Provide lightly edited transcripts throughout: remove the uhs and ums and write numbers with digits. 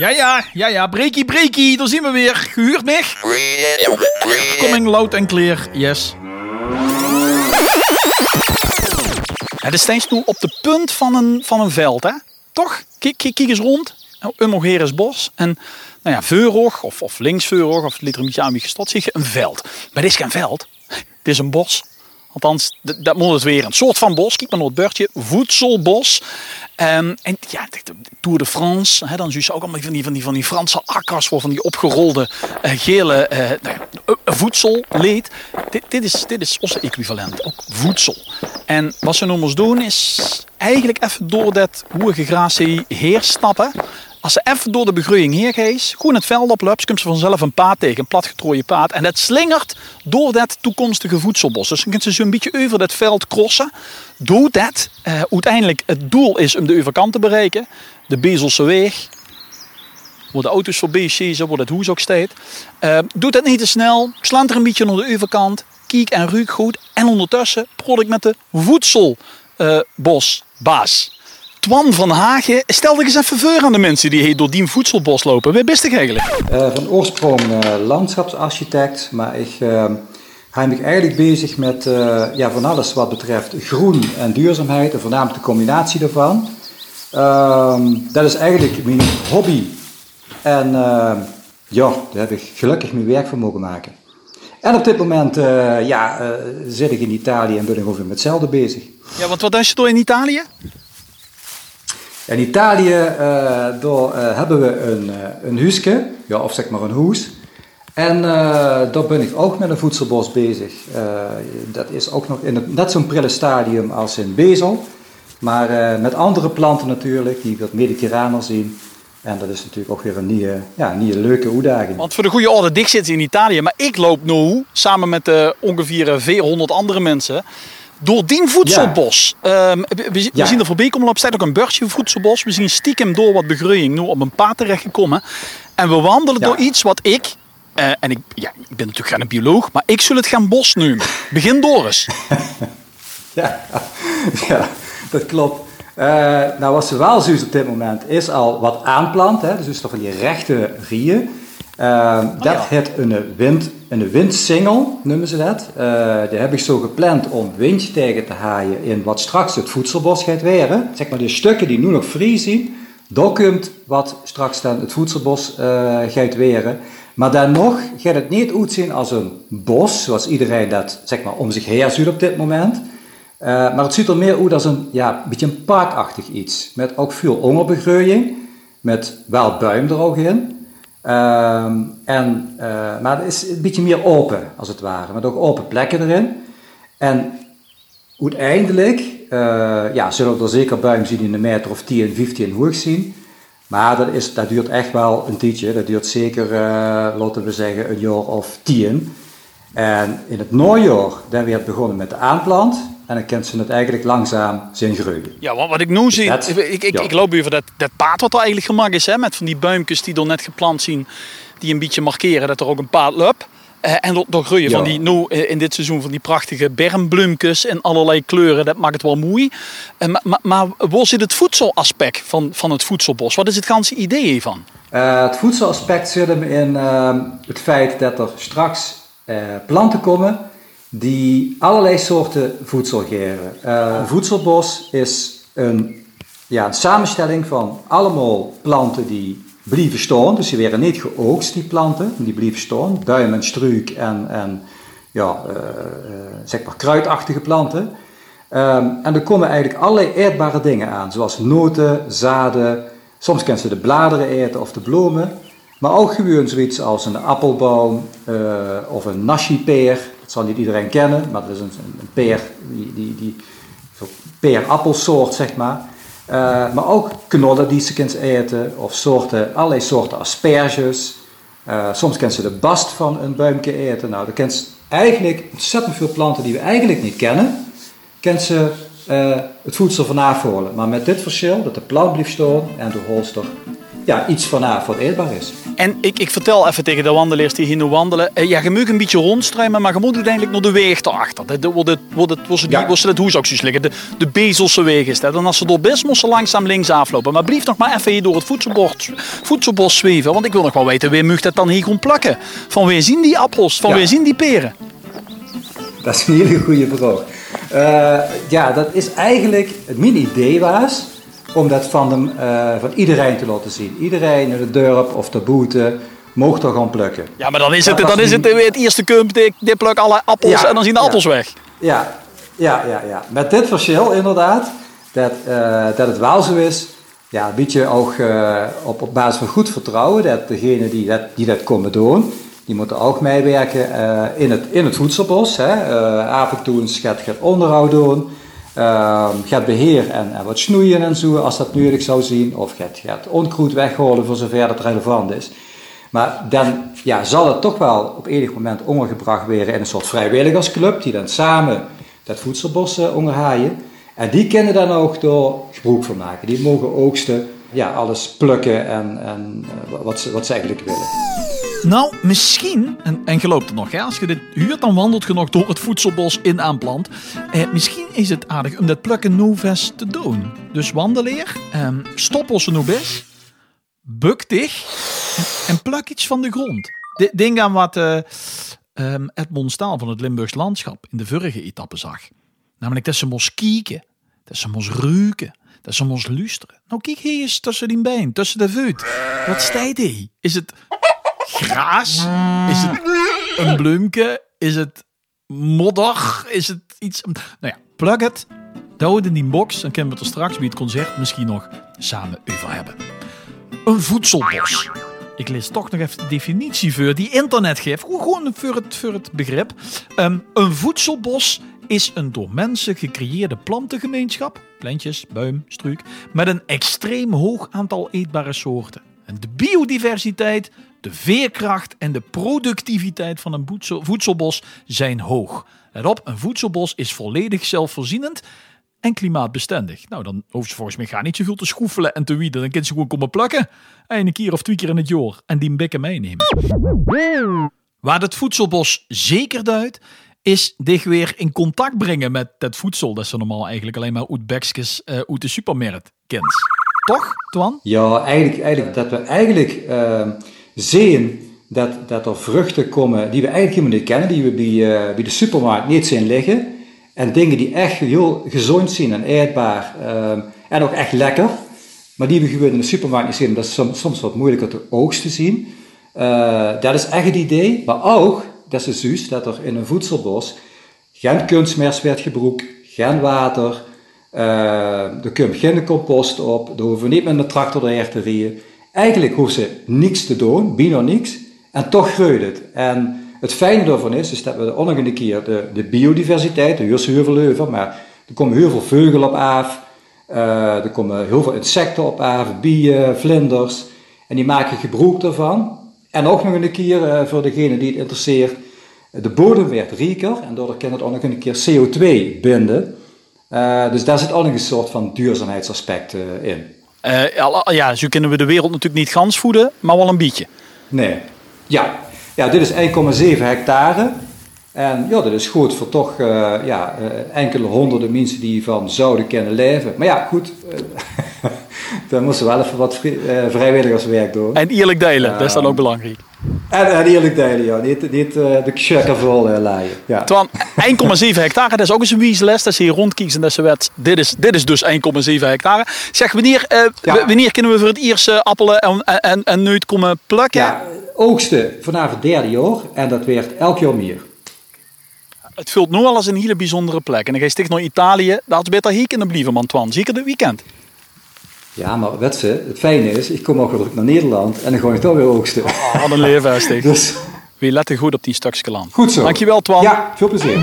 Ja, breakie, daar zien we weer. Gehuurd mich? Coming loud en clear, yes. Het is steeds nu op de punt van een veld, hè? Toch? Kijk eens rond. Ummelgeres bos. En nou ja, Veurog of links Veurog of het ligt aan wie gestort, zie je een veld. Maar dit is geen veld. Het is een bos. Althans, dat moet het weer een soort van bos. Kijk maar naar het beurtje. Voedselbos. En ja, de Tour de France. Hè, dan zie je ook allemaal van die Franse akkers. Van die opgerolde gele voedselleed. Dit is onze equivalent. Ook voedsel. En wat ze noemen doen is eigenlijk even door dat hoege gras heen stappen. Als ze even door de begroeiing heen gaat, gewoon het veld oploopt, komt ze vanzelf een paad tegen, een platgetrooide paad. En dat slingert door dat toekomstige voedselbos. Dus dan kunt ze zo'n beetje over dat veld crossen. Doet dat uiteindelijk het doel is om de overkant te bereiken. De Bezelse weg. Waar de auto's voorbij zien, waar het huis ook staat. Doet dat niet te snel. Slant er een beetje naar de overkant. Kijk en ruik goed. En ondertussen product met de voedselbosbaas. Twan van Hagen, stel je eens even voor aan de mensen die door die voedselbos lopen. Wie bist ik eigenlijk? Van oorsprong landschapsarchitect, maar ik hou me eigenlijk bezig met van alles wat betreft groen en duurzaamheid en voornamelijk de combinatie daarvan. Dat is eigenlijk mijn hobby en daar heb ik gelukkig mijn werk van mogen maken. En op dit moment zit ik in Italië en ben ik ongeveer met hetzelfde bezig. Ja, want wat is je door in Italië? In Italië hebben we een huisje, of zeg maar een hoes. En daar ben ik ook met een voedselbos bezig. Dat is ook nog in net zo'n prille stadium als in Bezel. Maar met andere planten natuurlijk, die wat mediterraner zien. En dat is natuurlijk ook weer een nieuwe leuke uitdaging. Want voor de goede orde, dik zit in Italië. Maar ik loop nu, samen met ongeveer 400 andere mensen, door die voedselbos. Ja. We zien er voorbij komen, op staat ook een bordje voedselbos. We zien stiekem door wat begroeiing nu op een pad terechtgekomen. En we wandelen door iets wat ik ben natuurlijk geen bioloog, maar ik zul het gaan bos noemen. Begin door eens. ja, dat klopt. Wat ze wel zien op dit moment is al wat aanplant. Hè? Dus toch van die rechte rieën. Het een windsingel, noemen ze dat. Die heb ik zo gepland om wind tegen te haaien in wat straks het voedselbos gaat worden. Zeg maar de stukken die nu nog vrij zien, daar komt wat straks dan het voedselbos gaat worden. Maar dan nog gaat het niet uitzien als een bos, zoals iedereen dat zeg maar om zich heen ziet op dit moment. Maar het ziet er meer uit als een beetje een parkachtig iets. Met ook veel onderbegroeiing, met wel buim er ook in. Maar het is een beetje meer open, als het ware. Met ook open plekken erin. En uiteindelijk zullen we er zeker buim zien in een meter of 10, 15 hoog zien. Maar dat duurt echt wel een tijdje. Dat duurt zeker, laten we zeggen, een jaar of 10. En in het najaar dan weer begonnen met de aanplant. En dan kent ze het eigenlijk langzaam zijn groeien. Ja, wat ik nu zie, ik loop over dat paad wat er eigenlijk gemaakt is. Hè, met van die buimpjes die er net geplant zien. Die een beetje markeren dat er ook een paad loopt. En door groeien van die, nu in dit seizoen van die prachtige bermbloemkes in allerlei kleuren. Dat maakt het wel mooi. Maar waar zit het voedselaspect van het voedselbos? Wat is het ganse idee hiervan? Het voedselaspect zit hem in het feit dat er straks planten komen die allerlei soorten voedsel geven. Een voedselbos is een samenstelling van allemaal planten die blijven staan. Dus die werden niet geoogst, die planten. Die blijven staan. Duim en struik en zeg maar kruidachtige planten. En er komen eigenlijk allerlei eetbare dingen aan. Zoals noten, zaden. Soms kunnen ze de bladeren eten of de bloemen. Maar ook gewoon zoiets als een appelboom of een nashi-peer. Dat zal niet iedereen kennen, maar dat is een peer, die peerappelsoort, zeg maar. Maar ook knollen die ze kunnen eten, of allerlei soorten asperges. Soms kunnen ze de bast van een buimpje eten. Nou, dan kennen ze eigenlijk ontzettend veel planten die we eigenlijk niet kennen. Kennen ze het voedsel van afholen. Maar met dit verschil, dat de plant blijft staan en de holster iets vanavond eetbaar is. En ik vertel even tegen de wandelaars die hier nu wandelen. Je moet een beetje rondstruimen, maar je moet uiteindelijk naar de weg erachter. Waar ze het hoes ook zo's liggen. De Bezelse weg is dat. En als ze door best, moesten ze langzaam links aflopen. Maar blijf nog maar even hier door het voedselbos zweven. Want ik wil nog wel weten, wie mag dat dan hier gewoon plakken? Van wie zien die appels? Van wie zien die peren? Dat is een hele goede vraag. Dat is eigenlijk, mijn idee was om dat van iedereen te laten zien. Iedereen in het dorp of de boete mocht er gaan plukken. Ja, maar dan is het eerste kump, die pluk alle appels en dan zien de appels weg. Ja. Met dit verschil inderdaad, dat het wel zo is, een beetje ook op basis van goed vertrouwen, dat degene die dat komen doen, die moeten ook meewerken in het voedselbos. Af en toe gaat onderhoud doen. Gaat beheer en wat snoeien en zo, als dat nodig zou zien. Of gaat onkruid weghalen voor zover dat relevant is. Maar dan zal het toch wel op enig moment ondergebracht worden in een soort vrijwilligersclub. Die dan samen dat voedselbos onderhaaien. En die kunnen dan ook door gebruik van maken. Die mogen oogsten, alles plukken en wat ze eigenlijk willen. Nou, misschien, en geloof het nog, als je dit huurt, dan wandelt je nog door het voedselbos in aanplant. Misschien is het aardig om dat plukken nu vast te doen. Dus wandeleer, stop als ze nu best, buk dicht en pluk iets van de grond. Denk aan wat Edmond Staal van het Limburgs Landschap in de vorige etappe zag. Namelijk dat ze moest kijken, dat ze moest ruiken, dat ze moest luisteren. Nou, kijk hier eens tussen die been, tussen de voet. Wat staat die? Is het graas? Is het een bloemke? Is het modder? Is het iets? Nou ja, pluk het. Douw het in die box. Dan kunnen we het er straks bij het concert misschien nog samen over hebben. Een voedselbos. Ik lees toch nog even de definitie voor die internet geeft. Gewoon voor het begrip. Een voedselbos is een door mensen gecreëerde plantengemeenschap. Plantjes, boom, struik. Met een extreem hoog aantal eetbare soorten. En de biodiversiteit, de veerkracht en de productiviteit van een voedselbos zijn hoog. Let op, een voedselbos is volledig zelfvoorzienend en klimaatbestendig. Nou, dan hoeft ze volgens mij gaan niet zoveel te schoefelen en te wieden. Dan kunnen ze gewoon komen plakken. En een keer of 2 keer in het jaar. En die bekken meenemen. Waar het voedselbos zeker duidt, is dit weer in contact brengen met dat voedsel. Dat ze normaal eigenlijk alleen maar uit bekjes uit de supermarkt kent. Toch, Twan? Ja, eigenlijk dat we zien dat er vruchten komen die we eigenlijk helemaal niet kennen, die we bij de supermarkt niet zien liggen. En dingen die echt heel gezond zijn en eetbaar en ook echt lekker. Maar die we gewoon in de supermarkt niet zien, dat is soms wat moeilijker te oogsten zien. Dat is echt het idee. Maar ook, dat is juist, dat er in een voedselbos geen kunstmest werd gebruikt, geen water. Er komt geen compost op, er hoeven we niet met een tractor erheen te rijden. Eigenlijk hoeft ze niks te doen, bijna niks, en toch groeit het. En het fijne daarvan is dat we ook nog een keer de biodiversiteit, er is heel veel over, maar er komen heel veel vogels op af, er komen heel veel insecten op af, bijen, vlinders, en die maken gebruik daarvan. En ook nog een keer, voor degene die het interesseert, de bodem werd rieker, en daardoor kan het ook nog een keer CO2 binden. Dus daar zit ook nog een soort van duurzaamheidsaspect in. Zo kunnen we de wereld natuurlijk niet gans voeden, maar wel een beetje. Nee. Ja, dit is 1,7 hectare. En ja, dat is goed voor toch enkele honderden mensen die van zouden kunnen leven. Maar ja, goed. Dan moesten we wel even wat vrijwilligerswerk doen. En eerlijk delen, dat is dan ook belangrijk. En eerlijk delen, ja. Niet de checker vol laaien. Ja. Twan, 1,7 hectare, dat is ook eens een wijze les. Dat ze hier rondkijken en dat ze wet. Dit is dus 1,7 hectare. Zeg, wanneer kunnen we voor het eerst appelen en nooit komen plukken? Ja, oogsten vanaf het 3e jaar. En dat werd elk jaar meer. Het vult nu al als een hele bijzondere plek. En dan ga je sticht naar Italië. Daar had beter hier kunnen blijven, man, Twan. Zeker dit weekend. Ja, maar weet je, het fijne is, ik kom ook weer naar Nederland en dan ga ik toch weer oogsten. Wat een leven, Stig. Dus we letten goed op die stukje land. Goed zo. Dankjewel, Twan. Ja, veel plezier.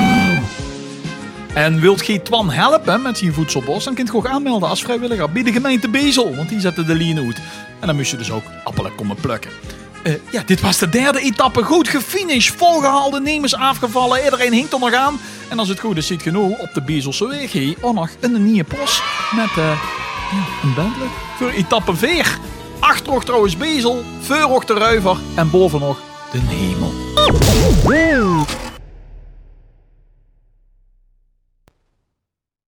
En wilt je Twan helpen met zijn voedselbos, dan kunt je ook aanmelden als vrijwilliger bij de gemeente Bezel, want die zetten de lien uit. En dan moest je dus ook appelen komen plukken. Dit was de 3e etappe. Goed gefinished, volgehaalde nemers afgevallen. Iedereen hinkt er nog aan. En als het goed is, ziet je nu op de Bezelse weg hier ook nog een nieuwe pos met een Bentley voor etappe 4. Achter nog trouwens bezel, voor nog de ruiver en boven nog de hemel.